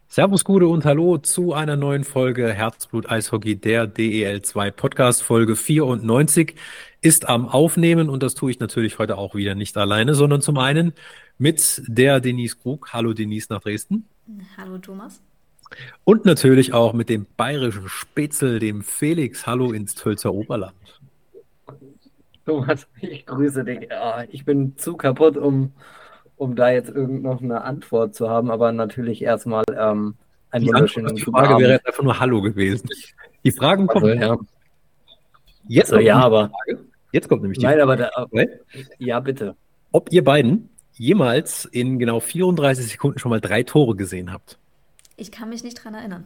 Servus, Gude und Hallo zu einer neuen Folge Herzblut Eishockey, der DEL2 Podcast. Folge 94 ist am Aufnehmen und das tue ich natürlich heute auch wieder nicht alleine, sondern zum einen mit der Denise Krug. Hallo Denise nach Dresden. Hallo Thomas. Und natürlich auch mit dem bayerischen Spätzl, dem Felix. Hallo ins Tölzer Oberland. Thomas, ich grüße dich. Ja, ich bin zu kaputt, um da jetzt irgend noch eine Antwort zu haben, aber natürlich erstmal einen Die Antwort auf wunderschönen die guten Frage wäre Abend. jetzt einfach nur Hallo gewesen. Die Fragen Also, kommen. ja. Jetzt Also, kommt ja, nämlich aber die Frage. Jetzt kommt nämlich die nein, aber Frage. ja, bitte. Ob ihr beiden jemals in genau 34 Sekunden schon mal 3 Tore gesehen habt. Ich kann mich nicht dran erinnern.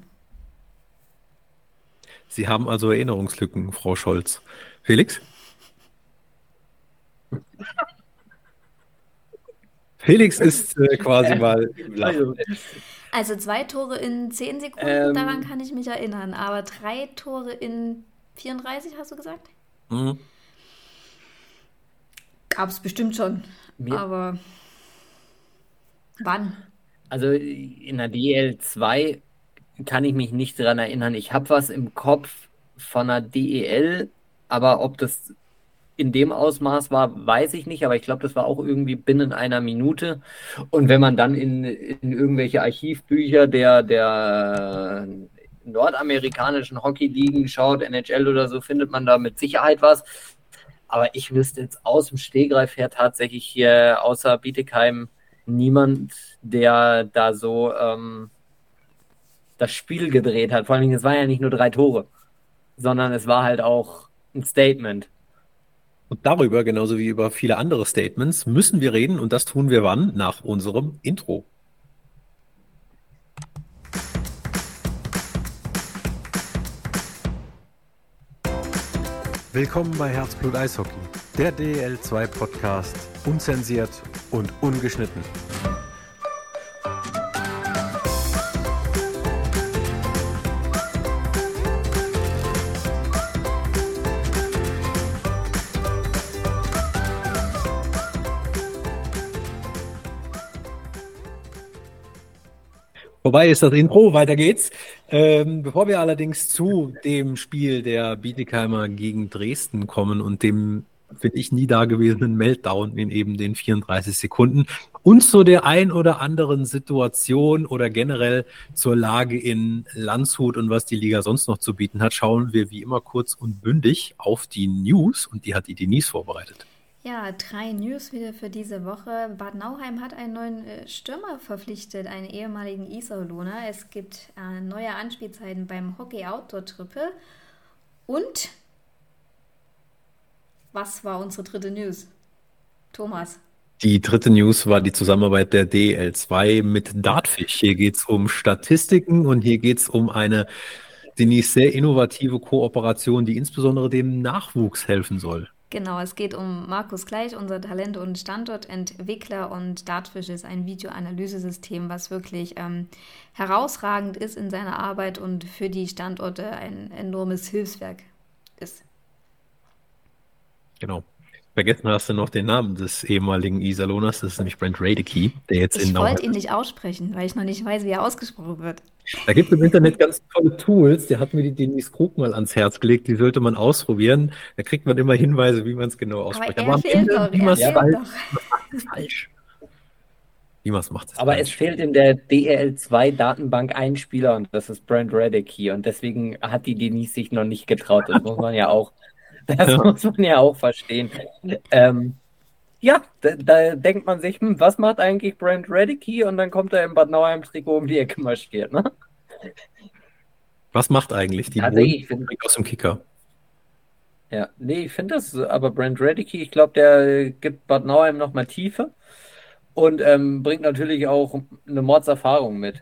Sie haben also Erinnerungslücken, Frau Scholz. Felix? Felix ist quasi mal im Lachen. Also 2 Tore in 10 Sekunden, daran kann ich mich erinnern. Aber 3 Tore in 34, hast du gesagt? Mhm. Gab es bestimmt schon. Aber wann? Also in der DEL2 kann ich mich nicht dran erinnern. Ich habe was im Kopf von der DEL, aber ob das in dem Ausmaß war, weiß ich nicht, aber ich glaube, das war auch irgendwie binnen einer Minute. Und wenn man dann in irgendwelche Archivbücher der nordamerikanischen Hockeyligen schaut, NHL oder so, findet man da mit Sicherheit was. Aber ich wüsste jetzt aus dem Stegreif her tatsächlich hier außer Bietigheim niemand, der da so das Spiel gedreht hat. Vor allen Dingen, es waren ja nicht nur 3 Tore, sondern es war halt auch ein Statement. Und darüber, genauso wie über viele andere Statements, müssen wir reden und das tun wir wann? Nach unserem Intro. Willkommen bei Herzblut Eishockey, der DEL2 Podcast, unzensiert und ungeschnitten. Vorbei ist das Intro, weiter geht's. Bevor wir allerdings zu dem Spiel der Bietigheimer gegen Dresden kommen und dem, finde ich, nie dagewesenen Meltdown in eben den 34 Sekunden und zu der ein oder anderen Situation oder generell zur Lage in Landshut und was die Liga sonst noch zu bieten hat, schauen wir wie immer kurz und bündig auf die News und die hat die Denise vorbereitet. Ja, 3 News wieder für diese Woche. Bad Nauheim hat einen neuen Stürmer verpflichtet, einen ehemaligen Iserlohner. Es gibt neue Anspielzeiten beim Hockey-Outdoor-Triple. Und was war unsere dritte News? Thomas. Die dritte News war die Zusammenarbeit der DL2 mit Dartfish. Hier geht es um Statistiken und hier geht es um eine, Denise, sehr innovative Kooperation, die insbesondere dem Nachwuchs helfen soll. Genau, es geht um Markus Gleich, unser Talent- und Standortentwickler, und Dartfish ist ein Videoanalyse-System, was wirklich herausragend ist in seiner Arbeit und für die Standorte ein enormes Hilfswerk ist. Genau. Vergessen hast du noch den Namen des ehemaligen Iserlohners, das ist nämlich Brent Radecki, der jetzt in Ich Nauheim wollte ihn nicht aussprechen, weil ich noch nicht weiß, wie er ausgesprochen wird. Da gibt es im Internet ganz tolle Tools, die hat mir die Denise Krug mal ans Herz gelegt, die sollte man ausprobieren. Da kriegt man immer Hinweise, wie man es genau ausspricht. Aber er fehlt noch, wie man er es fehlt noch. falsch. Wie man es macht, ist Aber falsch. es fehlt in der DEL2-Datenbank ein Spieler und das ist Brent Radecki. Und deswegen hat die Denise sich noch nicht getraut. Das muss man ja auch, verstehen. Ja, da denkt man sich, was macht eigentlich Brent Radecki? Und dann kommt er im Bad Nauheim-Trikot um die Ecke marschiert. Ne? Was macht eigentlich die Tatsächlich, aus dem Kicker? Ja, nee, ich finde das, aber Brent Radecki, ich glaube, der gibt Bad Nauheim nochmal Tiefe und bringt natürlich auch eine Mordserfahrung mit.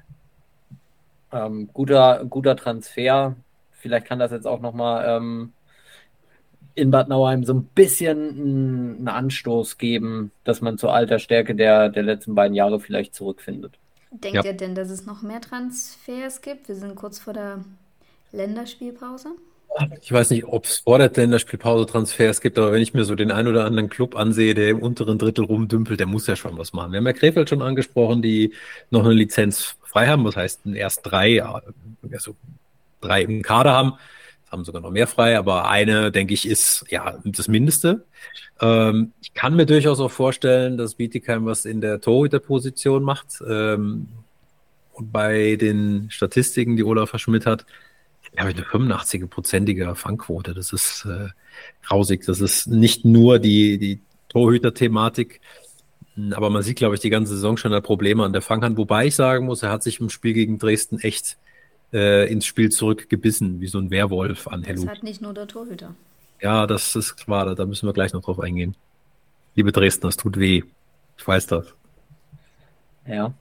Guter Transfer. Vielleicht kann das jetzt auch nochmal in Bad Nauheim so ein bisschen einen Anstoß geben, dass man zur alter Stärke der letzten beiden Jahre vielleicht zurückfindet. Denkt ihr denn, dass es noch mehr Transfers gibt? Wir sind kurz vor der Länderspielpause. Ich weiß nicht, ob es vor der Länderspielpause Transfers gibt, aber wenn ich mir so den ein oder anderen Club ansehe, der im unteren Drittel rumdümpelt, der muss ja schon was machen. Wir haben ja Krefeld schon angesprochen, die noch eine Lizenz frei haben, das heißt erst also 3 im Kader haben. Haben sogar noch mehr frei, aber eine, denke ich, ist ja das Mindeste. Ich kann mir durchaus auch vorstellen, dass Bietigheim was in der Torhüterposition macht. Und bei den Statistiken, die Olaf Schmidt hat, habe ich eine 85-prozentige Fangquote. Das ist grausig. Das ist nicht nur die Torhüter-Thematik, aber man sieht, glaube ich, die ganze Saison schon Probleme an der Fanghand. Wobei ich sagen muss, er hat sich im Spiel gegen Dresden echt ins Spiel zurückgebissen, wie so ein Werwolf an Hello. Das hat nicht nur der Torhüter. Ja, das ist klar, da müssen wir gleich noch drauf eingehen. Liebe Dresdner, es tut weh. Ich weiß das. Ja.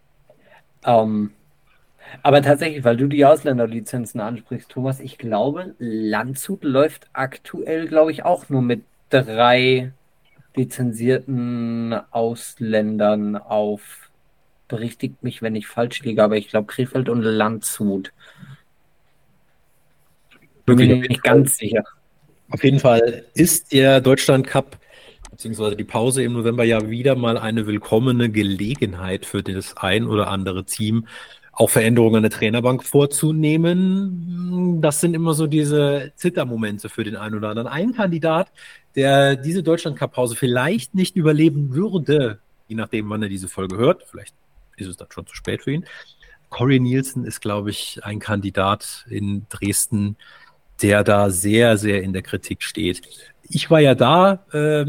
Aber tatsächlich, weil du die Ausländerlizenzen ansprichst, Thomas, ich glaube, Landshut läuft aktuell, glaube ich, auch nur mit 3 lizenzierten Ausländern auf. Berichtigt mich, wenn ich falsch liege, aber ich glaube Krefeld und Landshut. Bin mir nicht ganz sicher. Auf jeden Fall ist der Deutschland Cup beziehungsweise die Pause im November ja wieder mal eine willkommene Gelegenheit für das ein oder andere Team, auch Veränderungen an der Trainerbank vorzunehmen. Das sind immer so diese Zittermomente für den einen oder anderen. Ein Kandidat, der diese Deutschland-Cup-Pause vielleicht nicht überleben würde, je nachdem, wann er diese Folge hört, vielleicht ist es dann schon zu spät für ihn. Corey Nielsen ist, glaube ich, ein Kandidat in Dresden, der da sehr, sehr in der Kritik steht. Ich war ja da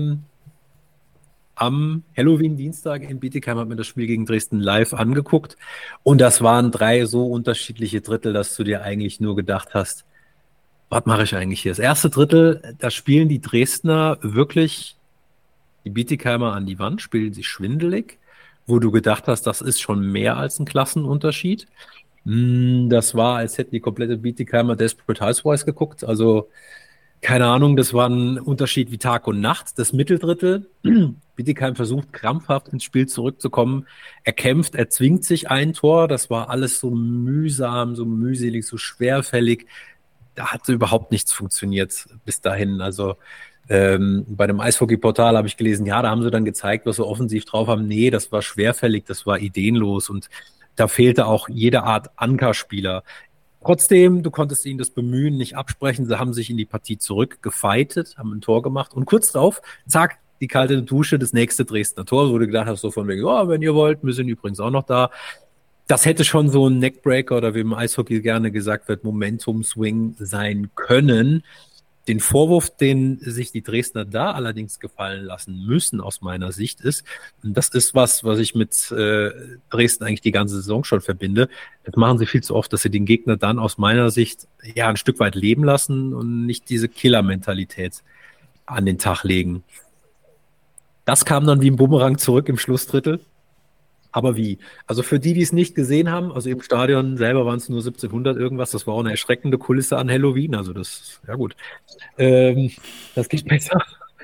am Halloween-Dienstag in Bietigheim, habe mir das Spiel gegen Dresden live angeguckt und das waren 3 so unterschiedliche Drittel, dass du dir eigentlich nur gedacht hast, was mache ich eigentlich hier? Das erste Drittel, da spielen die Dresdner wirklich die Bietigheimer an die Wand, spielen sie schwindelig, wo du gedacht hast, das ist schon mehr als ein Klassenunterschied. Das war, als hätten die komplette Bietigheimer Desperate Housewives geguckt, also keine Ahnung, das war ein Unterschied wie Tag und Nacht. Das Mitteldrittel, Bietigheim versucht krampfhaft ins Spiel zurückzukommen. Er kämpft, er zwingt sich ein Tor. Das war alles so mühsam, so mühselig, so schwerfällig. Da hatte überhaupt nichts funktioniert bis dahin. Also bei dem Eishockey-Portal habe ich gelesen, ja, da haben sie dann gezeigt, was sie offensiv drauf haben. Nee, das war schwerfällig, das war ideenlos und da fehlte auch jede Art Ankerspieler. Trotzdem, du konntest ihnen das Bemühen nicht absprechen. Sie haben sich in die Partie zurückgefeitet, haben ein Tor gemacht und kurz drauf, zack, die kalte Dusche, das nächste Dresdner Tor, wo du gedacht hast, so von wegen, ja, wenn ihr wollt, wir sind übrigens auch noch da. Das hätte schon so ein Neckbreaker oder wie im Eishockey gerne gesagt wird, Momentum-Swing sein können. Den Vorwurf, den sich die Dresdner da allerdings gefallen lassen müssen, aus meiner Sicht, ist, und das ist was ich mit Dresden eigentlich die ganze Saison schon verbinde, das machen sie viel zu oft, dass sie den Gegner dann aus meiner Sicht ja ein Stück weit leben lassen und nicht diese Killer-Mentalität an den Tag legen. Das kam dann wie ein Bumerang zurück im Schlussdrittel. Aber wie? Also für die es nicht gesehen haben, also im Stadion selber waren es nur 1700 irgendwas, das war auch eine erschreckende Kulisse an Halloween, also das, ja gut, das geht besser.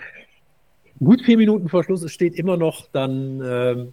Gut 4 Minuten vor Schluss, es steht immer noch dann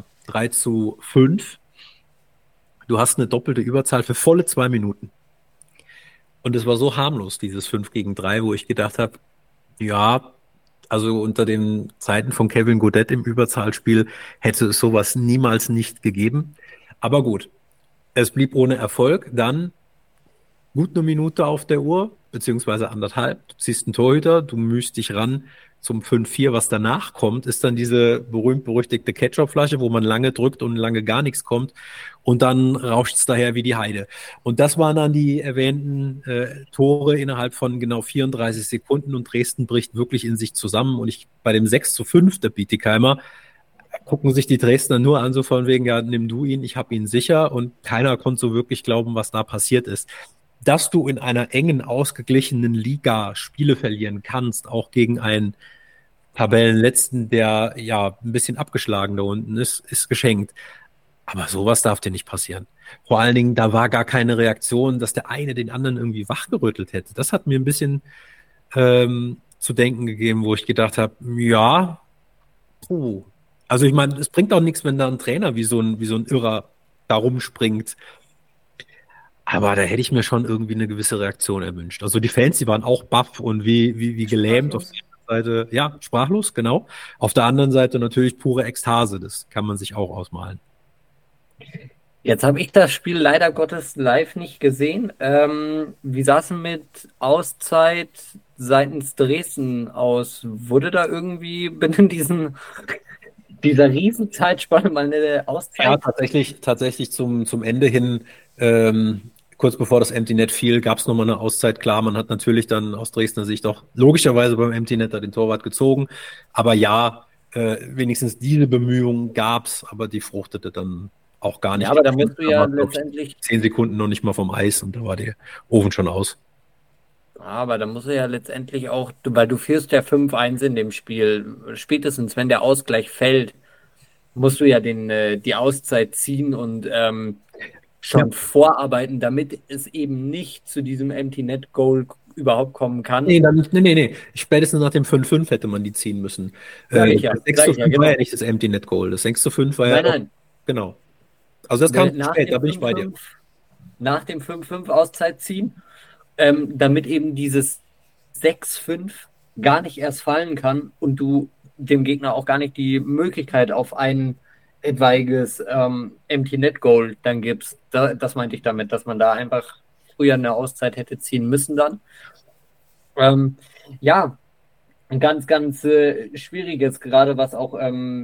3:5. Du hast eine doppelte Überzahl für volle 2 Minuten. Und es war so harmlos, dieses 5-3, wo ich gedacht habe, ja, also unter den Zeiten von Kevin Godet im Überzahlspiel hätte es sowas niemals nicht gegeben. Aber gut, es blieb ohne Erfolg. Dann gut eine Minute auf der Uhr, beziehungsweise 1,5. Du ziehst einen Torhüter, du mühst dich ran zum 5-4. Was danach kommt, ist dann diese berühmt-berüchtigte Ketchup-Flasche, wo man lange drückt und lange gar nichts kommt. Und dann rauscht es daher wie die Heide. Und das waren dann die erwähnten Tore innerhalb von genau 34 Sekunden. Und Dresden bricht wirklich in sich zusammen. Und bei dem 6:5 der Bietigheimer gucken sich die Dresdner nur an, so von wegen, ja, nimm du ihn, ich habe ihn sicher. Und keiner konnte so wirklich glauben, was da passiert ist. Dass du in einer engen, ausgeglichenen Liga Spiele verlieren kannst, auch gegen einen Tabellenletzten, der ja ein bisschen abgeschlagen da unten ist geschenkt. Aber sowas darf dir nicht passieren. Vor allen Dingen, da war gar keine Reaktion, dass der eine den anderen irgendwie wachgerüttelt hätte. Das hat mir ein bisschen zu denken gegeben, wo ich gedacht habe, ja, also ich meine, es bringt auch nichts, wenn da ein Trainer wie so ein Irrer da rumspringt. Aber da hätte ich mir schon irgendwie eine gewisse Reaktion erwünscht. Also die Fans, die waren auch baff und wie gelähmt auf Sprachlos. der einen Seite. Ja, sprachlos, genau. Auf der anderen Seite natürlich pure Ekstase. Das kann man sich auch ausmalen. Jetzt habe ich das Spiel leider Gottes live nicht gesehen. Wie sah es denn mit Auszeit seitens Dresden aus? Wurde da irgendwie binnen dieser riesen Zeitspanne mal eine Ja, Auszeit? tatsächlich zum Ende hin, kurz bevor das Empty Net fiel, gab es nochmal eine Auszeit. Klar, man hat natürlich dann aus Dresdner Sicht auch logischerweise beim Empty Netter den Torwart gezogen. Aber ja, wenigstens diese Bemühungen gab es, aber die fruchtete dann auch gar Ja, nicht. aber da musst du Da ja war, glaub ich, letztendlich, 10 Sekunden noch nicht mal vom Eis und da war der Ofen schon aus. aber da musst du ja letztendlich auch, weil du führst ja 5-1 in dem Spiel. Spätestens wenn der Ausgleich fällt, musst du ja die Auszeit ziehen und Ja. schon vorarbeiten, damit es eben nicht zu diesem Empty Net Goal überhaupt kommen kann. Nee. Spätestens nach dem 5-5 hätte man die ziehen müssen. Das 6 Sag zu ich ja, 5 war genau. ja nicht das Empty Net Goal. Das 6 zu 5 war ja Nein, noch, nein. genau. Also das kam zu Nach spät, da dem bin ich bei dir. 5-5, nach dem 5-5 Auszeit ziehen, damit eben dieses 6-5 gar nicht erst fallen kann und du dem Gegner auch gar nicht die Möglichkeit auf ein etwaiges Empty Net Goal dann gibst. Das meinte ich damit, dass man da einfach früher eine Auszeit hätte ziehen müssen dann. Ja, ein ganz, ganz schwieriges, gerade was auch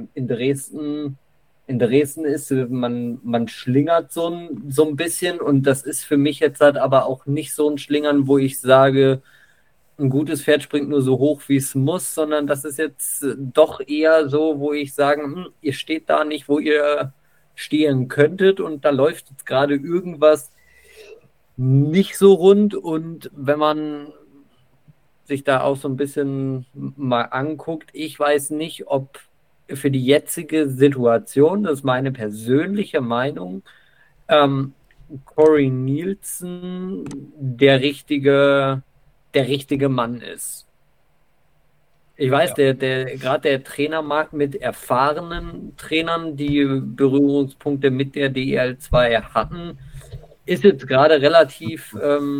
in Dresden ist. Man schlingert so ein bisschen und das ist für mich jetzt halt aber auch nicht so ein Schlingern, wo ich sage, ein gutes Pferd springt nur so hoch, wie es muss, sondern das ist jetzt doch eher so, wo ich sage, ihr steht da nicht, wo ihr stehen könntet und da läuft jetzt gerade irgendwas nicht so rund und wenn man sich da auch so ein bisschen mal anguckt, ich weiß nicht, ob für die jetzige Situation, das ist meine persönliche Meinung, Corey Nielsen der richtige Mann ist. Ich weiß, Ja. gerade der Trainermarkt mit erfahrenen Trainern, die Berührungspunkte mit der DEL 2 hatten, ist jetzt gerade relativ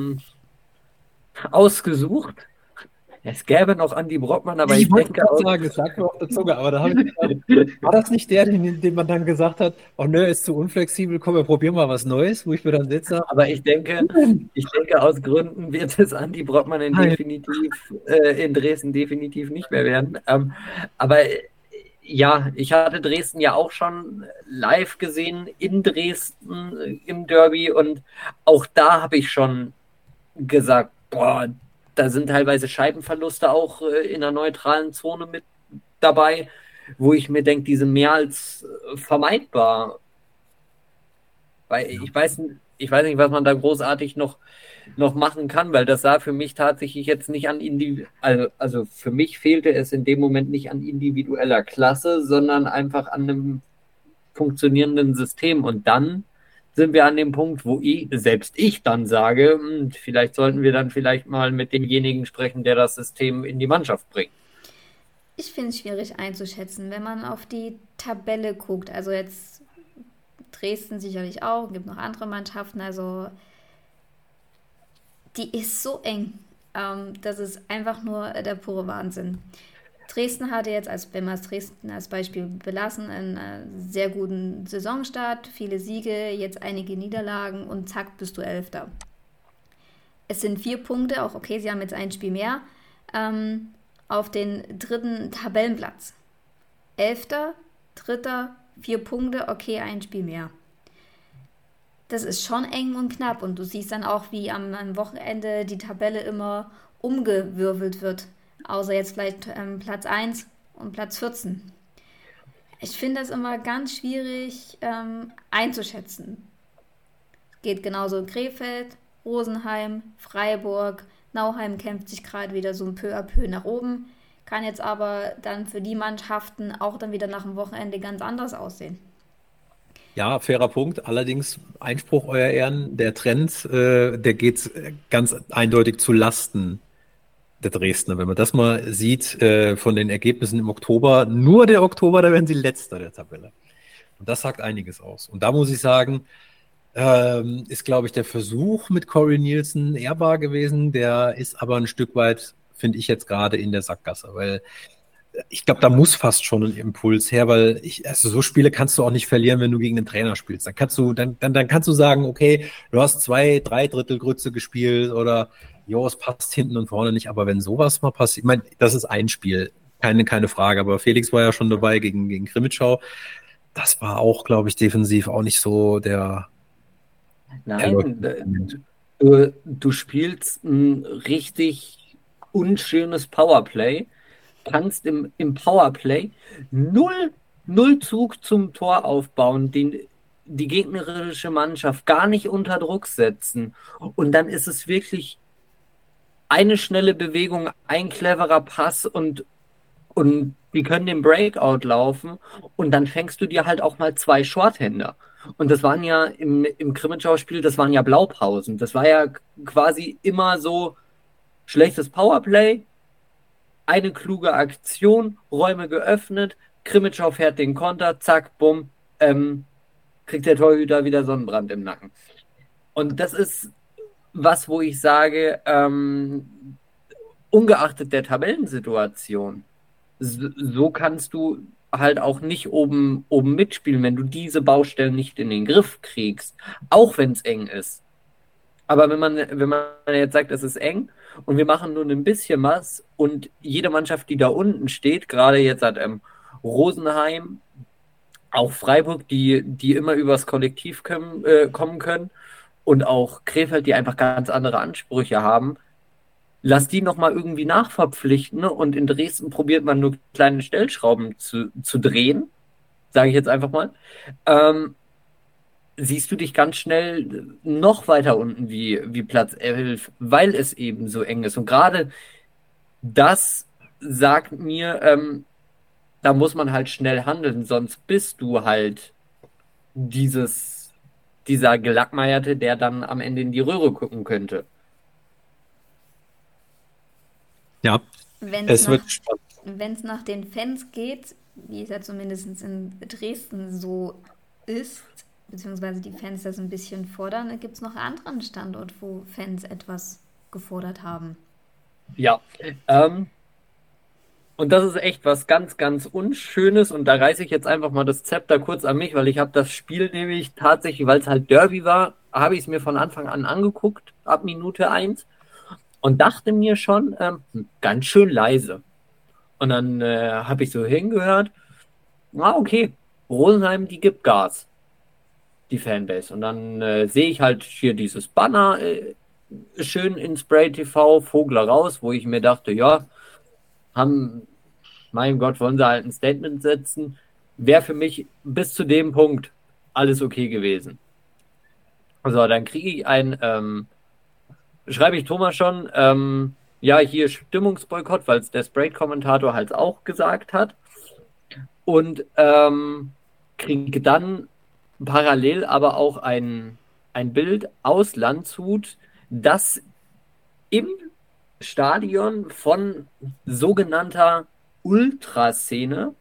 ausgesucht. Es gäbe noch Andi Brockmann, aber Ich ich wollte denke gerade auch, sagen, es lag mir auf der Zunge, aber da habe ich gedacht, war das nicht der, den man dann gesagt hat, oh nö, ist zu unflexibel, komm, wir probieren mal was Neues, wo ich mir dann sitze. aber ich denke, aus Gründen wird es Andi Brockmann in Nein. in Dresden definitiv nicht mehr werden. Aber ja, ich hatte Dresden ja auch schon live gesehen in Dresden im Derby und auch da habe ich schon gesagt, boah, da sind teilweise Scheibenverluste auch in der neutralen Zone mit dabei, wo ich mir denke, die sind mehr als vermeidbar. Weil ich weiß nicht, was man da großartig noch machen kann, weil das sah für mich tatsächlich jetzt nicht an also für mich fehlte es in dem Moment nicht an individueller Klasse, sondern einfach an einem funktionierenden System. Und dann sind wir an dem Punkt, wo selbst ich dann sage, vielleicht sollten wir dann vielleicht mal mit demjenigen sprechen, der das System in die Mannschaft bringt. Ich finde es schwierig einzuschätzen, wenn man auf die Tabelle guckt. Also jetzt Dresden sicherlich auch, gibt noch andere Mannschaften. Also die ist so eng. Das ist einfach nur der pure Wahnsinn. Dresden hatte jetzt, wenn wir Dresden als Beispiel belassen, einen sehr guten Saisonstart, viele Siege, jetzt einige Niederlagen und zack, bist du Elfter. Es sind 4 Punkte, auch okay, sie haben jetzt ein Spiel mehr, auf den 3. Tabellenplatz. 11., 3., 4 Punkte, okay, ein Spiel mehr. Das ist schon eng und knapp und du siehst dann auch, wie am Wochenende die Tabelle immer umgewürfelt wird. Außer jetzt vielleicht Platz 1 und Platz 14. Ich finde das immer ganz schwierig einzuschätzen. Geht genauso in Krefeld, Rosenheim, Freiburg, Nauheim kämpft sich gerade wieder so ein peu à peu nach oben. Kann jetzt aber dann für die Mannschaften auch dann wieder nach dem Wochenende ganz anders aussehen. Ja, fairer Punkt. Allerdings Einspruch, Euer Ehren, der Trend, der geht ganz eindeutig zu Lasten der Dresdner. Wenn man das mal sieht von den Ergebnissen im Oktober, nur der Oktober, da werden sie Letzter der Tabelle. Und das sagt einiges aus. Und da muss ich sagen, ist, glaube ich, der Versuch mit Corey Nielsen ehrbar gewesen. Der ist aber ein Stück weit, finde ich jetzt gerade, in der Sackgasse, weil ich glaube, da muss fast schon ein Impuls her, weil also so Spiele kannst du auch nicht verlieren, wenn du gegen einen Trainer spielst. Dann kannst du sagen, okay, du hast 2, 3 Drittel Grütze gespielt oder jo, es passt hinten und vorne nicht. Aber wenn sowas mal passiert, ich meine, das ist ein Spiel, keine Frage. Aber Felix war ja schon dabei gegen Krimitschau. Das war auch, glaube ich, defensiv auch nicht so der Nein, du spielst ein richtig unschönes Powerplay, kannst im Powerplay null Zug zum Tor aufbauen, die gegnerische Mannschaft gar nicht unter Druck setzen. Und dann ist es wirklich eine schnelle Bewegung, ein cleverer Pass und die können den Breakout laufen und dann fängst du dir halt auch mal 2 Shorthänder. Und das waren ja im Krimitschau-Spiel, das waren ja Blaupausen. Das war ja quasi immer so schlechtes Powerplay, eine kluge Aktion, Räume geöffnet, Krimitschau fährt den Konter, zack, bumm, kriegt der Torhüter wieder Sonnenbrand im Nacken. Und das ist was, wo ich sage, ungeachtet der Tabellensituation, so kannst du halt auch nicht oben mitspielen, wenn du diese Baustellen nicht in den Griff kriegst, auch wenn es eng ist. Aber wenn man jetzt sagt, es ist eng und wir machen nur ein bisschen was und jede Mannschaft, die da unten steht, gerade jetzt hat Rosenheim, auch Freiburg, die immer übers Kollektiv kommen können und auch Krefeld, die einfach ganz andere Ansprüche haben, lass die nochmal irgendwie nachverpflichten, ne? Und in Dresden probiert man nur kleine Stellschrauben zu drehen, sage ich jetzt einfach mal. Siehst du dich ganz schnell noch weiter unten wie Platz 11, weil es eben so eng ist. Und gerade das sagt mir, da muss man halt schnell handeln, sonst bist du halt dieser Gelackmeierte, der dann am Ende in die Röhre gucken könnte. Ja, Wenn es wird spannend. es nach den Fans geht, wie es ja zumindest in Dresden so ist, beziehungsweise die Fans das ein bisschen fordern, gibt es noch einen anderen Standort, wo Fans etwas gefordert haben. Ja, und das ist echt was ganz, ganz Unschönes und da reiße ich jetzt einfach mal das Zepter kurz an mich, weil ich habe das Spiel nämlich tatsächlich, weil es halt Derby war, habe ich es mir von Anfang an angeguckt, ab Minute 1 und dachte mir schon, ganz schön leise. Und dann habe ich so hingehört, okay, Rosenheim, die gibt Gas, die Fanbase. Und dann sehe ich halt hier dieses Banner schön in Spray TV, Vogler raus, wo ich mir dachte, ja, mein Gott, wollen sie halt ein Statement setzen, wäre für mich bis zu dem Punkt alles okay gewesen. So, dann kriege ich schreibe ich Thomas schon, ja, hier Stimmungsboykott, weil es der Spray-Kommentator halt auch gesagt hat. Und kriege dann parallel aber auch ein Bild aus Landshut, das im Stadion von sogenannter Ultraszene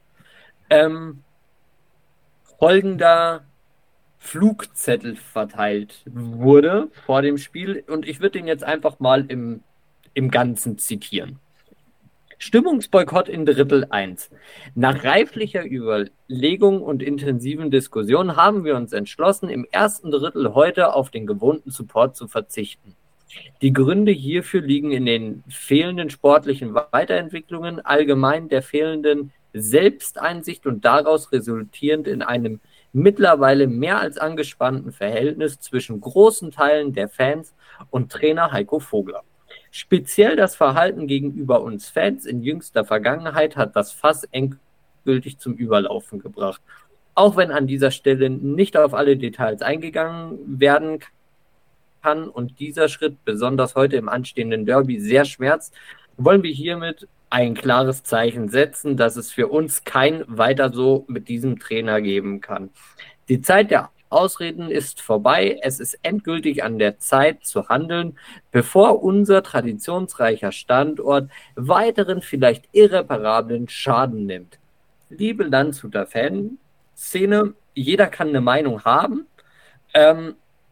folgender Flugzettel verteilt wurde vor dem Spiel. Und ich würde den jetzt einfach mal im Ganzen zitieren. Stimmungsboykott in Drittel 1. Nach reiflicher Überlegung und intensiven Diskussion haben wir uns entschlossen, im ersten Drittel heute auf den gewohnten Support zu verzichten. Die Gründe hierfür liegen in den fehlenden sportlichen Weiterentwicklungen, allgemein der fehlenden Selbsteinsicht und daraus resultierend in einem mittlerweile mehr als angespannten Verhältnis zwischen großen Teilen der Fans und Trainer Heiko Vogler. Speziell das Verhalten gegenüber uns Fans in jüngster Vergangenheit hat das Fass endgültig zum Überlaufen gebracht. Auch wenn an dieser Stelle nicht auf alle Details eingegangen werden kann und dieser Schritt besonders heute im anstehenden Derby sehr schmerzt, wollen wir hiermit ein klares Zeichen setzen, dass es für uns kein weiter so mit diesem Trainer geben kann. Die Zeit der Ausreden ist vorbei. Es ist endgültig an der Zeit zu handeln, bevor unser traditionsreicher Standort weiteren, vielleicht irreparablen Schaden nimmt. Liebe Landshuter Fanszene, jeder kann eine Meinung haben.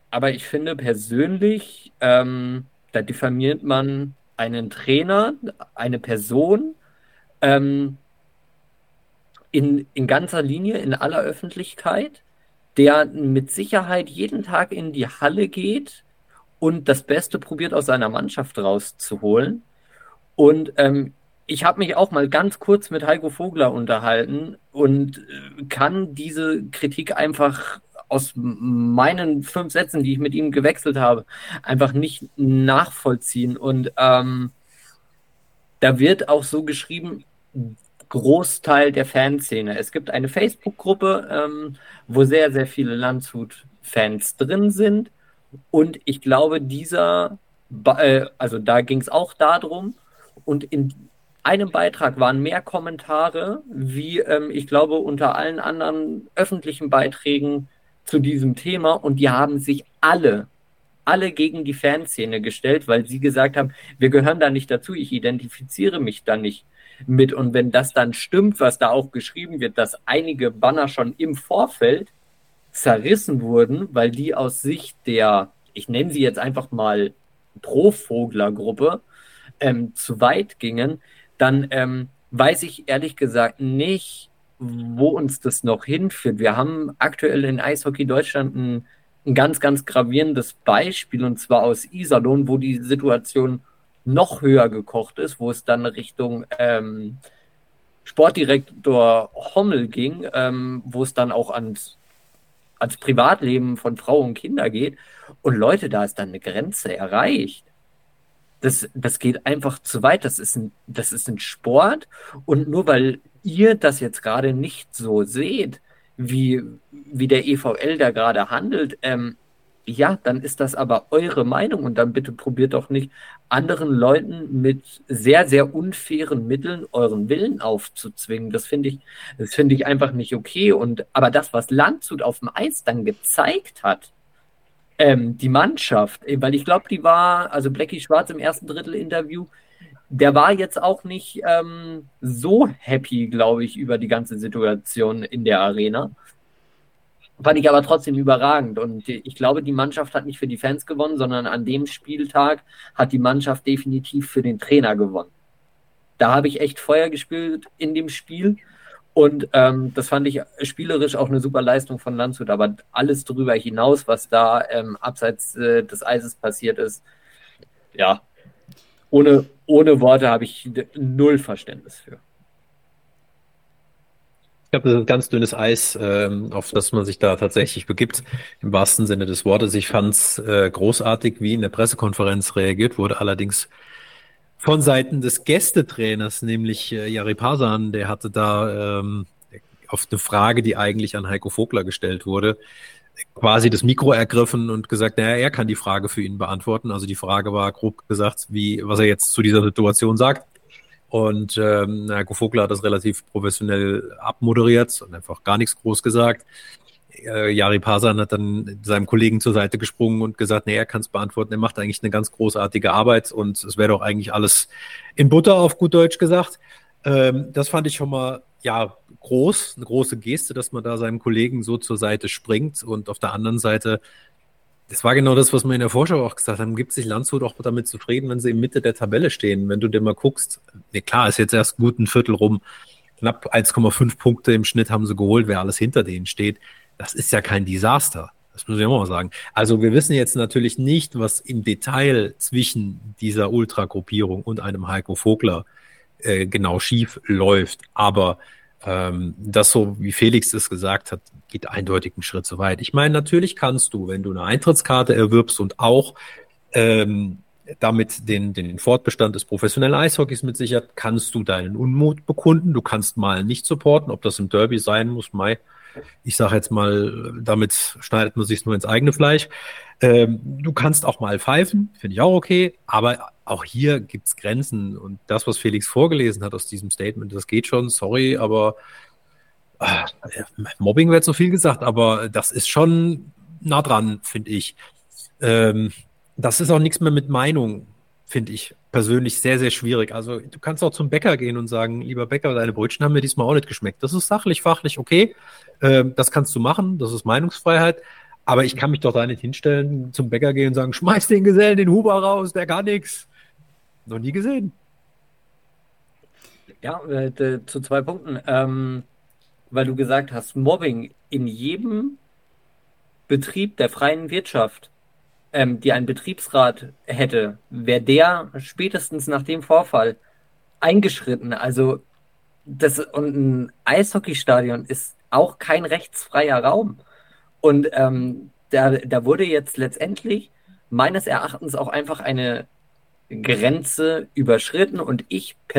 Aber ich finde persönlich, da diffamiert man einen Trainer, eine Person, ähm, in ganzer Linie, in aller Öffentlichkeit, der mit Sicherheit jeden Tag in die Halle geht und das Beste probiert aus seiner Mannschaft rauszuholen. Und ich habe mich auch mal ganz kurz mit Heiko Vogler unterhalten und kann diese Kritik einfach aus meinen 5 Sätzen, die ich mit ihm gewechselt habe, einfach nicht nachvollziehen. Und da wird auch so geschrieben, Großteil der Fanszene. Es gibt eine Facebook-Gruppe, wo sehr, sehr viele Landshut-Fans drin sind. Und ich glaube, also da ging es auch darum. Und in einem Beitrag waren mehr Kommentare, wie ich glaube, unter allen anderen öffentlichen Beiträgen zu diesem Thema. Und die haben sich alle gegen die Fanszene gestellt, weil sie gesagt haben, wir gehören da nicht dazu, ich identifiziere mich da nicht mit. Und wenn das dann stimmt, was da auch geschrieben wird, dass einige Banner schon im Vorfeld zerrissen wurden, weil die aus Sicht der, ich nenne sie jetzt einfach mal Pro-Vogler-Gruppe, zu weit gingen, dann weiß ich ehrlich gesagt nicht, wo uns das noch hinführt. Wir haben aktuell in Eishockey Deutschland ein ganz, ganz gravierendes Beispiel, und zwar aus Iserlohn, wo die Situation noch höher gekocht ist, wo es dann Richtung Sportdirektor Hommel ging, wo es dann auch ans Privatleben von Frau und Kinder geht. Und Leute, da ist dann eine Grenze erreicht. Das geht einfach zu weit. Das ist ein Sport. Und nur weil ihr das jetzt gerade nicht so seht, wie der EVL da gerade handelt, ja, dann ist das aber eure Meinung. Und dann bitte probiert doch nicht, anderen Leuten mit sehr, sehr unfairen Mitteln euren Willen aufzuzwingen. Das finde ich einfach nicht okay. Aber das, was Landshut auf dem Eis dann gezeigt hat, die Mannschaft, weil ich glaube, also Blackie Schwarz im ersten Drittel-Interview, der war jetzt auch nicht so happy, glaube ich, über die ganze Situation in der Arena. Fand ich aber trotzdem überragend. Und ich glaube, die Mannschaft hat nicht für die Fans gewonnen, sondern an dem Spieltag hat die Mannschaft definitiv für den Trainer gewonnen. Da habe ich echt Feuer gespielt in dem Spiel. Und das fand ich spielerisch auch eine super Leistung von Landshut. Aber alles darüber hinaus, was da abseits des Eises passiert ist, ja, ohne Worte habe ich null Verständnis für. Ich glaube, das ist ganz dünnes Eis, auf das man sich da tatsächlich begibt, im wahrsten Sinne des Wortes. Ich fand es großartig, wie in der Pressekonferenz reagiert wurde, allerdings von Seiten des Gästetrainers, nämlich Jari Parsan, der hatte da auf eine Frage, die eigentlich an Heiko Vogler gestellt wurde, quasi das Mikro ergriffen und gesagt, naja, er kann die Frage für ihn beantworten. Also die Frage war grob gesagt, was er jetzt zu dieser Situation sagt. Und Heiko Vogler hat das relativ professionell abmoderiert und einfach gar nichts groß gesagt. Jari Parsan hat dann seinem Kollegen zur Seite gesprungen und gesagt, nee, er kann es beantworten, er macht eigentlich eine ganz großartige Arbeit und es wäre doch eigentlich alles in Butter, auf gut Deutsch gesagt. Das fand ich schon mal, ja, eine große Geste, dass man da seinem Kollegen so zur Seite springt. Und auf der anderen Seite, das war genau das, was wir in der Vorschau auch gesagt haben, gibt sich Landshut auch damit zufrieden, wenn sie in Mitte der Tabelle stehen. Wenn du dir mal guckst, nee, klar, ist jetzt erst gut ein Viertel rum, knapp 1,5 Punkte im Schnitt haben sie geholt, wer alles hinter denen steht. Das ist ja kein Desaster. Das muss ich auch mal sagen. Also wir wissen jetzt natürlich nicht, was im Detail zwischen dieser Ultragruppierung und einem Heiko Vogler genau schief läuft. Aber das, so wie Felix es gesagt hat, geht eindeutig einen Schritt zu weit. Ich meine, natürlich kannst du, wenn du eine Eintrittskarte erwirbst und auch damit den Fortbestand des professionellen Eishockeys mit sichert, kannst du deinen Unmut bekunden. Du kannst mal nicht supporten, ob das im Derby sein muss, ich sage jetzt mal, damit schneidet man sich nur ins eigene Fleisch. Du kannst auch mal pfeifen, finde ich auch okay, aber auch hier gibt's Grenzen. Und das, was Felix vorgelesen hat aus diesem Statement, das geht schon, sorry, aber Mobbing wird so viel gesagt, aber das ist schon nah dran, finde ich. Das ist auch nichts mehr mit Meinung, finde ich persönlich sehr, sehr schwierig. Also du kannst auch zum Bäcker gehen und sagen, lieber Bäcker, deine Brötchen haben mir diesmal auch nicht geschmeckt. Das ist sachlich, fachlich okay. Das kannst du machen, das ist Meinungsfreiheit. Aber ich kann mich doch da nicht hinstellen, zum Bäcker gehen und sagen, schmeiß den Gesellen den Huber raus, der kann nix. Noch nie gesehen. Ja, zu 2 Punkten. Weil du gesagt hast, Mobbing in jedem Betrieb der freien Wirtschaft, die einen Betriebsrat hätte, wäre der spätestens nach dem Vorfall eingeschritten. Also und ein Eishockeystadion ist auch kein rechtsfreier Raum. Und da wurde jetzt letztendlich meines Erachtens auch einfach eine Grenze überschritten. Und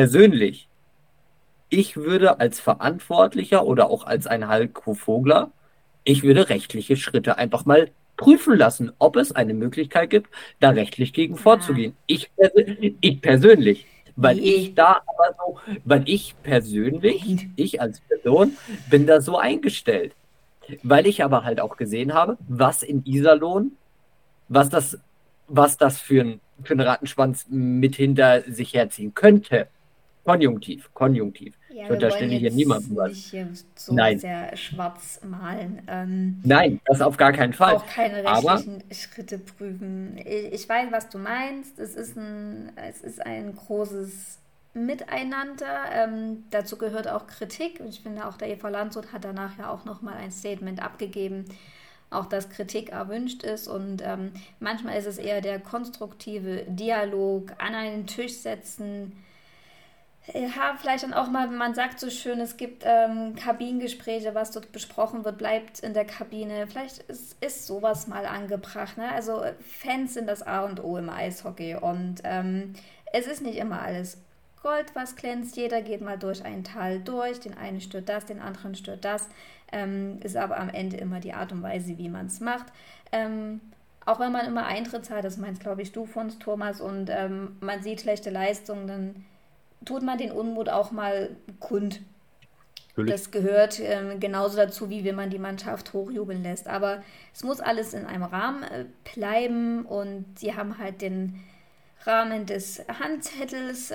ich würde als Verantwortlicher oder auch als ein Heiko Vogler, ich würde rechtliche Schritte einfach mal prüfen lassen, ob es eine Möglichkeit gibt, da rechtlich gegen vorzugehen. Ich persönlich, Nee. weil ich persönlich, ich als Person, bin da so eingestellt. Weil ich aber halt auch gesehen habe, was in Iserlohn, was das, was das für ein Rattenschwanz mit hinter sich herziehen könnte. Konjunktiv, konjunktiv. Ja, Ich wir wollen unterstelle hier jetzt niemandem was. nicht hier so Nein, sehr schwarz malen. nein, das auf gar keinen Fall. Auch keine Aber, rechtlichen Schritte prüfen. Ich weiß, was du meinst. Es ist ein großes Miteinander. Dazu gehört auch Kritik. Und ich finde, auch der Eva Landshut hat danach ja auch nochmal ein Statement abgegeben, auch dass Kritik erwünscht ist. Und manchmal ist es eher der konstruktive Dialog, an einen Tisch setzen. Ja, vielleicht dann auch mal, man sagt so schön, es gibt Kabinengespräche, was dort besprochen wird, bleibt in der Kabine. Vielleicht ist sowas mal angebracht. Ne? Also Fans sind das A und O im Eishockey und es ist nicht immer alles Gold, was glänzt. Jeder geht mal durch ein Tal durch. Den einen stört das, den anderen stört das. Ist aber am Ende immer die Art und Weise, wie man es macht. Auch wenn man immer Eintritt zahlt, das meinst, glaube ich, du von uns, Thomas, und man sieht schlechte Leistungen, dann tut man den Unmut auch mal kund. Natürlich. Das gehört genauso dazu, wie wenn man die Mannschaft hochjubeln lässt. Aber es muss alles in einem Rahmen bleiben und sie haben halt den Rahmen des Handzettels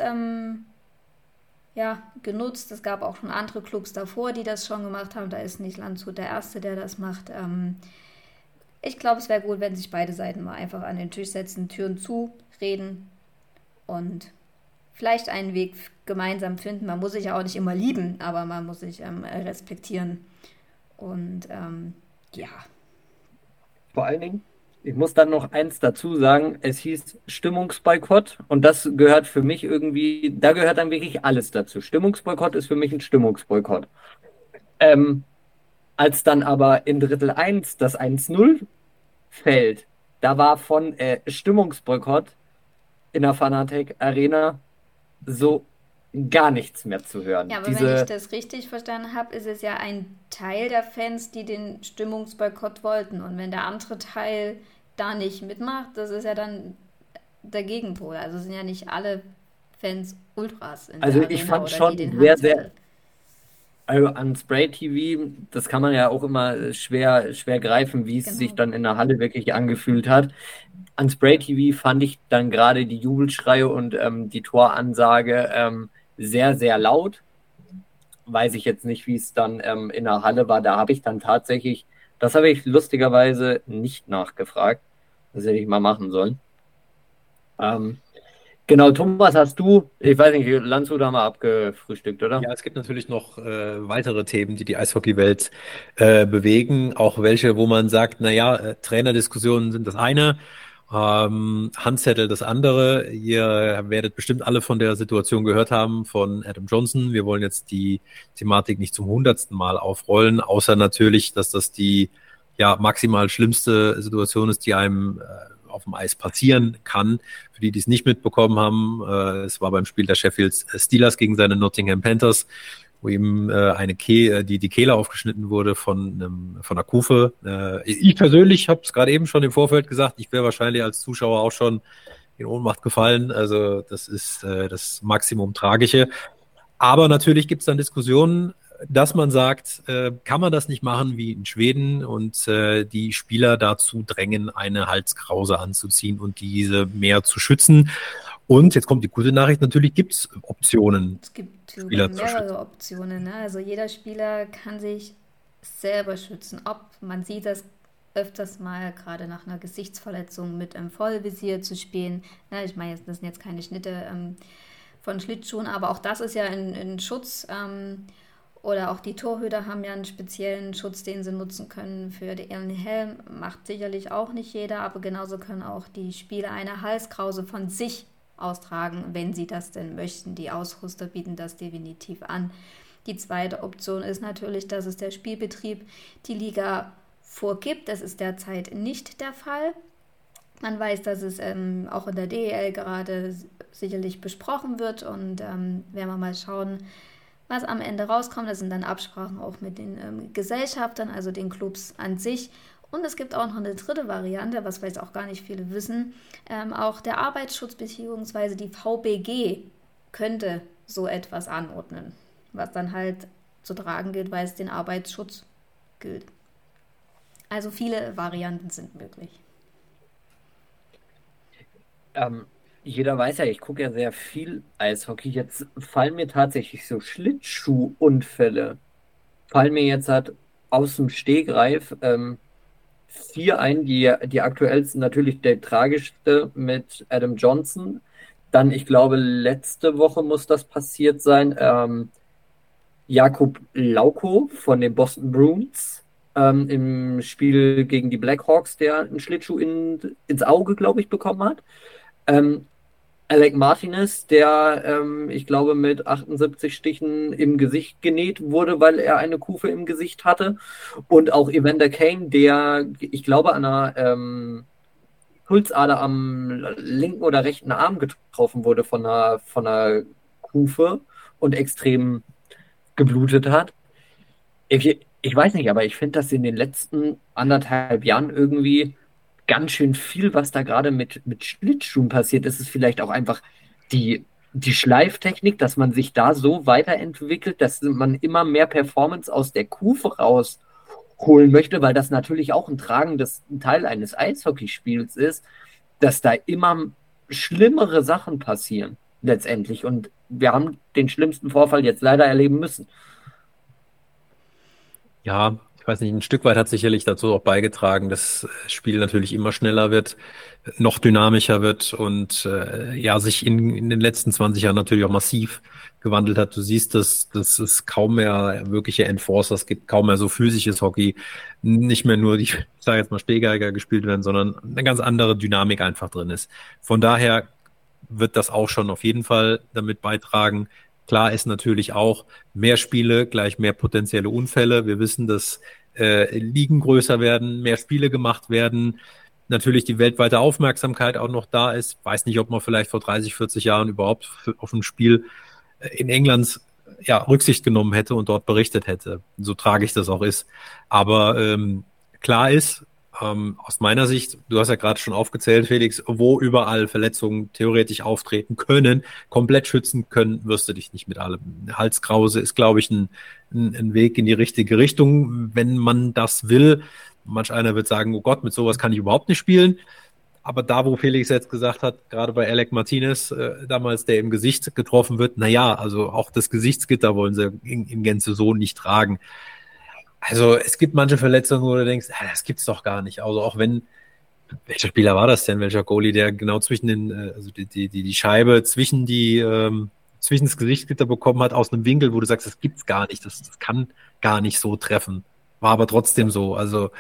ja, genutzt. Es gab auch schon andere Clubs davor, die das schon gemacht haben. Da ist nicht Landshut der Erste, der das macht. Ich glaube, es wäre gut, wenn sich beide Seiten mal einfach an den Tisch setzen, Türen zu, reden und vielleicht einen Weg gemeinsam finden. Man muss sich ja auch nicht immer lieben, aber man muss sich respektieren. Und ja. vor allen Dingen, ich muss dann noch eins dazu sagen, es hieß Stimmungsboykott und das gehört für mich irgendwie, da gehört dann wirklich alles dazu. Stimmungsboykott ist für mich ein Stimmungsboykott. Als dann aber in Drittel 1 das 1:0 fällt, da war von Stimmungsboykott in der Fanatec Arena so gar nichts mehr zu hören. Ja, aber wenn ich das richtig verstanden habe, ist es ja ein Teil der Fans, die den Stimmungsboykott wollten. Und wenn der andere Teil da nicht mitmacht, das ist ja dann der Gegenpol. Also sind ja nicht alle Fans Ultras in Also der ich Arena fand oder schon die den sehr, Handzettel. also an Spray TV, das kann man ja auch immer schwer greifen, wie es sich Genau. dann in der Halle wirklich angefühlt hat. An Spray TV fand ich dann gerade die Jubelschreie und die Toransage sehr, sehr laut. Weiß ich jetzt nicht, wie es dann in der Halle war. Da habe ich dann tatsächlich, das habe ich lustigerweise nicht nachgefragt. Das hätte ich mal machen sollen. Genau, Thomas, hast du, ich weiß nicht, Landshut haben wir abgefrühstückt, oder? Ja, es gibt natürlich noch weitere Themen, die die Eishockeywelt bewegen, auch welche, wo man sagt, naja, Trainerdiskussionen sind das eine, Handzettel das andere. Ihr werdet bestimmt alle von der Situation gehört haben von Adam Johnson. Wir wollen jetzt die Thematik nicht zum 100. Mal aufrollen, außer natürlich, dass das die maximal schlimmste Situation ist, die einem auf dem Eis passieren kann. Für die es nicht mitbekommen haben, es war beim Spiel der Sheffield Steelers gegen seine Nottingham Panthers, wo ihm die Kehle aufgeschnitten wurde von einer Kufe. Ich persönlich habe es gerade eben schon im Vorfeld gesagt, ich wäre wahrscheinlich als Zuschauer auch schon in Ohnmacht gefallen. Also das ist das Maximum Tragische. Aber natürlich gibt es dann Diskussionen, dass man sagt, kann man das nicht machen wie in Schweden und die Spieler dazu drängen, eine Halskrause anzuziehen und diese mehr zu schützen. Und jetzt kommt die gute Nachricht, natürlich gibt es Optionen. Es gibt Spieler zu mehrere schützen. Optionen. Ne? Also jeder Spieler kann sich selber schützen. Ob man sieht das öfters mal gerade nach einer Gesichtsverletzung mit Vollvisier zu spielen. Na, ich meine, das sind jetzt keine Schnitte von Schlittschuhen, aber auch das ist ja ein Schutz. Oder auch die Torhüter haben ja einen speziellen Schutz, den sie nutzen können für den Helm. Macht sicherlich auch nicht jeder, aber genauso können auch die Spieler eine Halskrause von sich austragen, wenn sie das denn möchten. Die Ausrüster bieten das definitiv an. Die zweite Option ist natürlich, dass es der Spielbetrieb die Liga vorgibt. Das ist derzeit nicht der Fall. Man weiß, dass es auch in der DEL gerade sicherlich besprochen wird und werden wir mal schauen, was am Ende rauskommt. Das sind dann Absprachen auch mit den Gesellschaftern, also den Clubs an sich. Und es gibt auch noch eine dritte Variante, was vielleicht auch gar nicht viele wissen. Auch der Arbeitsschutz bzw. die VBG könnte so etwas anordnen, was dann halt zu tragen gilt, weil es den Arbeitsschutz gilt. Also viele Varianten sind möglich. Jeder weiß ja, ich gucke ja sehr viel Eishockey. Jetzt fallen mir tatsächlich so Schlittschuhunfälle. Fallen mir jetzt halt aus dem Stegreif 4 ein, die aktuellsten, natürlich der tragischste mit Adam Johnson. Dann, ich glaube, letzte Woche muss das passiert sein. Jakub Lauko von den Boston Bruins im Spiel gegen die Blackhawks, der einen Schlittschuh ins Auge, glaube ich, bekommen hat. Alec Martinez, der, ich glaube, mit 78 Stichen im Gesicht genäht wurde, weil er eine Kufe im Gesicht hatte. Und auch Evander Kane, der, ich glaube, an einer Pulsader am linken oder rechten Arm getroffen wurde von einer Kufe und extrem geblutet hat. Ich weiß nicht, aber ich finde, dass in den letzten 1,5 Jahren irgendwie ganz schön viel, was da gerade mit Schlittschuhen passiert. Es ist vielleicht auch einfach die Schleiftechnik, dass man sich da so weiterentwickelt, dass man immer mehr Performance aus der Kufe rausholen möchte, weil das natürlich auch ein tragendes Teil eines Eishockeyspiels ist, dass da immer schlimmere Sachen passieren letztendlich. Und wir haben den schlimmsten Vorfall jetzt leider erleben müssen. Ja, ich weiß nicht, ein Stück weit hat sicherlich dazu auch beigetragen, dass das Spiel natürlich immer schneller wird, noch dynamischer wird und ja, sich in den letzten 20 Jahren natürlich auch massiv gewandelt hat. Du siehst, dass es kaum mehr wirkliche Enforcers gibt, kaum mehr so physisches Hockey, nicht mehr nur die, ich sage jetzt mal, Stehgeiger gespielt werden, sondern eine ganz andere Dynamik einfach drin ist. Von daher wird das auch schon auf jeden Fall damit beitragen. Klar ist natürlich auch, mehr Spiele gleich mehr potenzielle Unfälle. Wir wissen, dass Ligen größer werden, mehr Spiele gemacht werden. Natürlich die weltweite Aufmerksamkeit auch noch da ist. Weiß nicht, ob man vielleicht vor 30, 40 Jahren überhaupt auf ein Spiel in England ja, Rücksicht genommen hätte und dort berichtet hätte. So tragisch das auch ist. Aber klar ist, aus meiner Sicht, du hast ja gerade schon aufgezählt, Felix, wo überall Verletzungen theoretisch auftreten können, komplett schützen können, wirst du dich nicht mit allem. Halskrause ist, glaube ich, ein Weg in die richtige Richtung, wenn man das will. Manch einer wird sagen, oh Gott, mit sowas kann ich überhaupt nicht spielen. Aber da, wo Felix jetzt gesagt hat, gerade bei Alec Martinez, damals, der im Gesicht getroffen wird, naja, also auch das Gesichtsgitter wollen sie in Gänze so nicht tragen. Also es gibt manche Verletzungen, wo du denkst, das gibt's doch gar nicht. Also auch wenn, welcher Spieler war das denn, welcher Goalie, der genau zwischen den, also die Scheibe zwischen zwischen das Gesichtsgitter bekommen hat, aus einem Winkel, wo du sagst, das gibt's gar nicht, das kann gar nicht so treffen. War aber trotzdem so. Also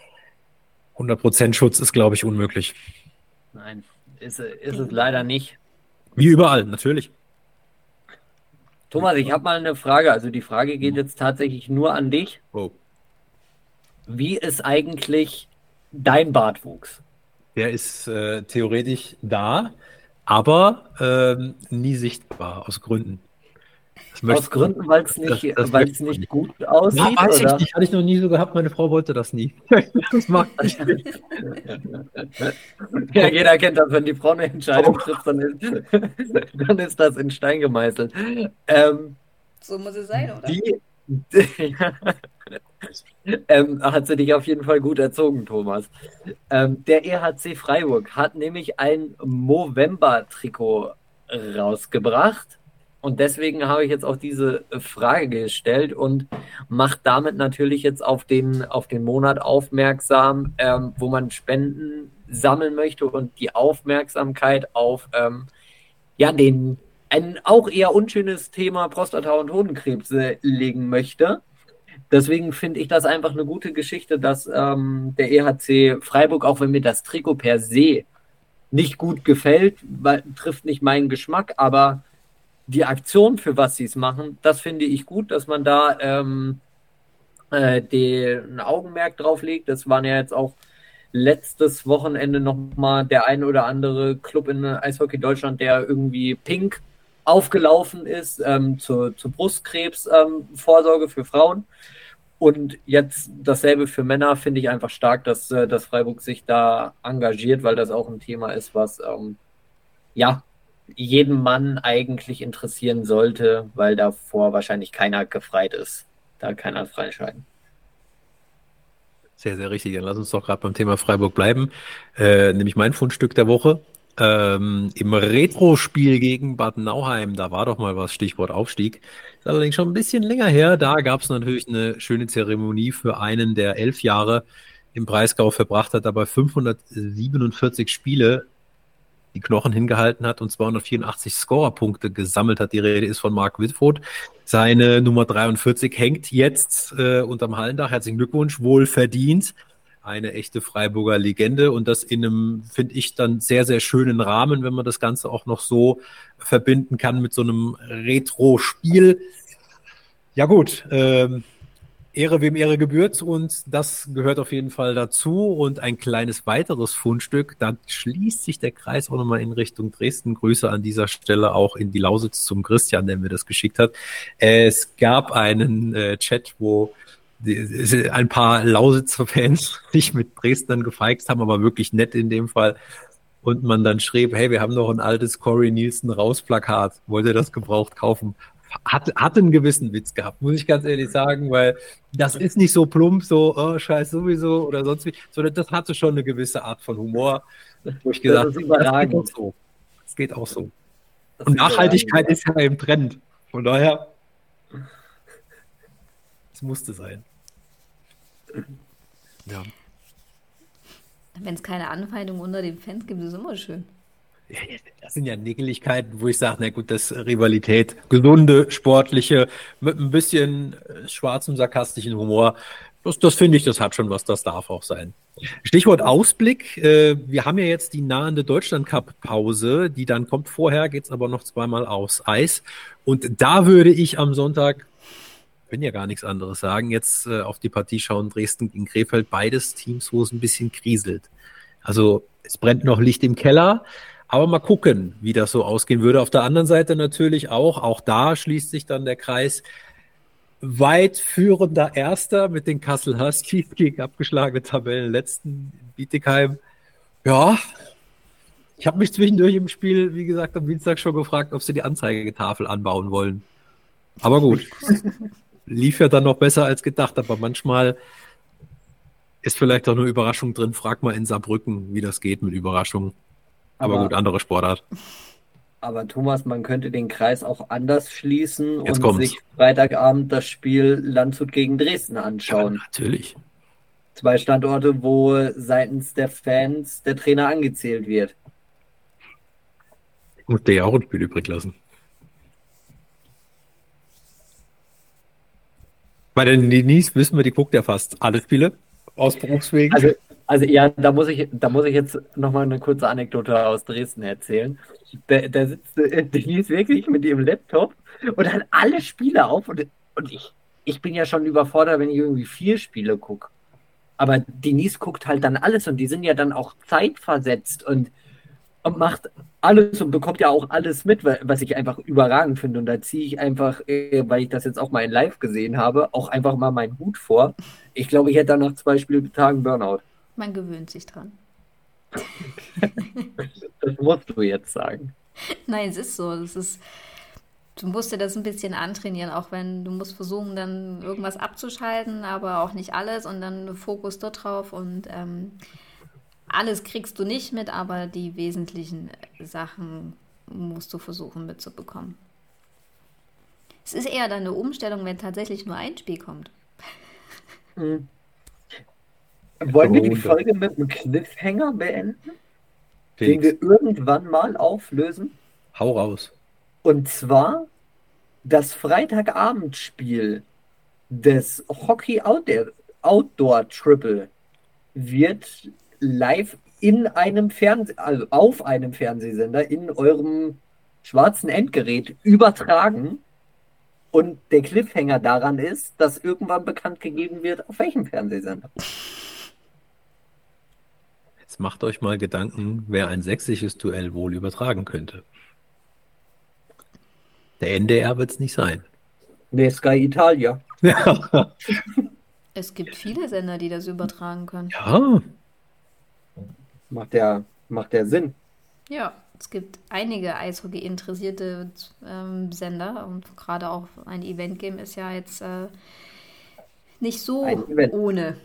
100% Schutz ist, glaube ich, unmöglich. Nein, ist es leider nicht. Wie überall, natürlich. Thomas, ich habe mal eine Frage. Also die Frage geht jetzt tatsächlich nur an dich. Oh. Wie ist eigentlich dein Bartwuchs? Der ist theoretisch da, aber nie sichtbar, aus Gründen. Aus Gründen, weil es nicht gut aussieht? Ja, weiß ich nicht, hatte ich noch nie so gehabt, meine Frau wollte das nie. Das mag ich nicht. Ja, jeder kennt das, wenn die Frau eine Entscheidung trifft, dann ist das in Stein gemeißelt. So muss es sein, oder? Hat sie dich auf jeden Fall gut erzogen, Thomas. Der EHC Freiburg hat nämlich ein Movember-Trikot rausgebracht. Und deswegen habe ich jetzt auch diese Frage gestellt und mache damit natürlich jetzt auf den Monat aufmerksam, wo man Spenden sammeln möchte und die Aufmerksamkeit auf ein auch eher unschönes Thema Prostata- und Hodenkrebs legen möchte. Deswegen finde ich das einfach eine gute Geschichte, dass der EHC Freiburg, auch wenn mir das Trikot per se nicht gut gefällt, weil trifft nicht meinen Geschmack, aber die Aktion, für was sie es machen, das finde ich gut, dass man da ein Augenmerk drauf legt. Das waren ja jetzt auch letztes Wochenende nochmal der ein oder andere Club in Eishockey Deutschland, der irgendwie pink aufgelaufen ist zur Brustkrebs-Vorsorge für Frauen. Und jetzt dasselbe für Männer finde ich einfach stark, dass Freiburg sich da engagiert, weil das auch ein Thema ist, was jeden Mann eigentlich interessieren sollte, weil davor wahrscheinlich keiner gefreit ist. Da keiner freischeiden. Sehr, sehr richtig. Dann lass uns doch gerade beim Thema Freiburg bleiben. Nämlich mein Fundstück der Woche. Im Retro-Spiel gegen Bad Nauheim, da war doch mal was, Stichwort Aufstieg. Ist allerdings schon ein bisschen länger her. Da gab es natürlich eine schöne Zeremonie für einen, der 11 Jahre im Breisgau verbracht hat, dabei 547 Spiele die Knochen hingehalten hat und 284 Scorerpunkte gesammelt hat. Die Rede ist von Marc Wittfurt. Seine Nummer 43 hängt jetzt unterm Hallendach. Herzlichen Glückwunsch, wohl verdient. Eine echte Freiburger Legende und das in einem, finde ich, dann sehr, sehr schönen Rahmen, wenn man das Ganze auch noch so verbinden kann mit so einem Retro-Spiel. Ja gut, Ehre wem Ehre gebührt und das gehört auf jeden Fall dazu. Und ein kleines weiteres Fundstück, da schließt sich der Kreis auch nochmal in Richtung Dresden. Grüße an dieser Stelle auch in die Lausitz zum Christian, der mir das geschickt hat. Es gab einen Chat, wo ein paar Lausitzer Fans sich mit Dresdnern gefeixt haben, aber wirklich nett in dem Fall. Und man dann schrieb, hey, wir haben noch ein altes Corey Nielsen Raus-Plakat. Wollt ihr das gebraucht kaufen? Hat einen gewissen Witz gehabt, muss ich ganz ehrlich sagen, weil das ist nicht so plump, so, oh, scheiß sowieso oder sonst wie, sondern das hatte schon eine gewisse Art von Humor, wo ich gesagt habe, das geht auch so. Das geht auch so. Und Nachhaltigkeit ist ja im Trend. Von daher, es musste sein. Ja. Wenn es keine Anfeindung unter den Fans gibt, ist es immer schön. Das sind ja Nickeligkeiten, wo ich sage, na gut, das ist Rivalität, gesunde, sportliche, mit ein bisschen schwarzem, sarkastischen Humor. Das finde ich, das hat schon was, das darf auch sein. Stichwort Ausblick. Wir haben ja jetzt die nahende Deutschland-Cup-Pause, die dann kommt. Vorher geht's aber noch zweimal aufs Eis. Und da würde ich am Sonntag, bin ja gar nichts anderes sagen, jetzt auf die Partie schauen, Dresden gegen Krefeld, beides Teams, wo es ein bisschen kriselt. Also es brennt noch Licht im Keller. Aber mal gucken, wie das so ausgehen würde. Auf der anderen Seite natürlich auch da schließt sich dann der Kreis. Weit führender Erster mit den Kassel Huskies gegen abgeschlagene Tabellenletzten in Bietigheim. Ja, ich habe mich zwischendurch im Spiel, wie gesagt, am Dienstag schon gefragt, ob sie die Anzeigetafel anbauen wollen. Aber gut, lief ja dann noch besser als gedacht. Aber manchmal ist vielleicht auch eine Überraschung drin. Frag mal in Saarbrücken, wie das geht mit Überraschungen. Aber gut, andere Sportart. Aber Thomas, man könnte den Kreis auch anders schließen Jetzt und kommt's. sich Freitagabend das Spiel Landshut gegen Dresden anschauen. Ja, natürlich. 2 Standorte, wo seitens der Fans der Trainer angezählt wird. Ich muss dir ja auch ein Spiel übrig lassen. Bei den Denise wissen wir, die guckt ja fast alle Spiele aus Berufswegen. Also ja, da muss ich jetzt nochmal eine kurze Anekdote aus Dresden erzählen. Da sitzt Denise wirklich mit ihrem Laptop und hat alle Spiele auf und ich bin ja schon überfordert, wenn ich irgendwie 4 Spiele gucke. Aber Denise guckt halt dann alles und die sind ja dann auch zeitversetzt und macht alles und bekommt ja auch alles mit, was ich einfach überragend finde. Und da ziehe ich einfach, weil ich das jetzt auch mal in Live gesehen habe, auch einfach mal meinen Hut vor. Ich glaube, ich hätte dann nach 2 Spieltagen Burnout. Man gewöhnt sich dran. Das musst du jetzt sagen. Nein, es ist so. Du musst dir das ein bisschen antrainieren, auch wenn du musst versuchen, dann irgendwas abzuschalten, aber auch nicht alles und dann Fokus dort drauf und alles kriegst du nicht mit, aber die wesentlichen Sachen musst du versuchen mitzubekommen. Es ist eher dann eine Umstellung, wenn tatsächlich nur ein Spiel kommt. Wollen wir die Runde. Folge mit einem Cliffhanger beenden, den Felix, wir irgendwann mal auflösen? hau raus. Und zwar das Freitagabendspiel des Hockey Outdoor Triple wird live also auf einem Fernsehsender in eurem schwarzen Endgerät übertragen. Und der Cliffhanger daran ist, dass irgendwann bekannt gegeben wird, auf welchem Fernsehsender. Jetzt macht euch mal Gedanken, wer ein sächsisches Duell wohl übertragen könnte. Der NDR wird es nicht sein. Nee, Sky Italia. Ja. Es gibt viele Sender, die das übertragen können. Ja, Macht der Sinn. Ja, es gibt einige Eishockey-interessierte Sender und gerade auch ein Event-Game ist ja jetzt nicht so Ein Event. ohne.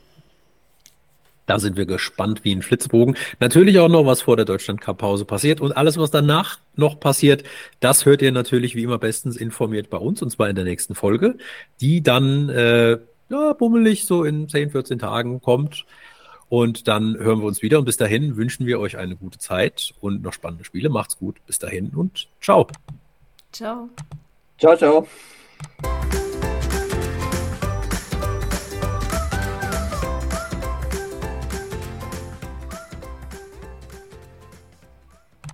da sind wir gespannt wie ein Flitzbogen. Natürlich auch noch, was vor der Deutschland-Cup-Pause passiert. Und alles, was danach noch passiert, das hört ihr natürlich wie immer bestens informiert bei uns, und zwar in der nächsten Folge, die dann bummelig so in 10, 14 Tagen kommt. Und dann hören wir uns wieder. Und bis dahin wünschen wir euch eine gute Zeit und noch spannende Spiele. Macht's gut. Bis dahin und ciao. Ciao. Ciao, ciao.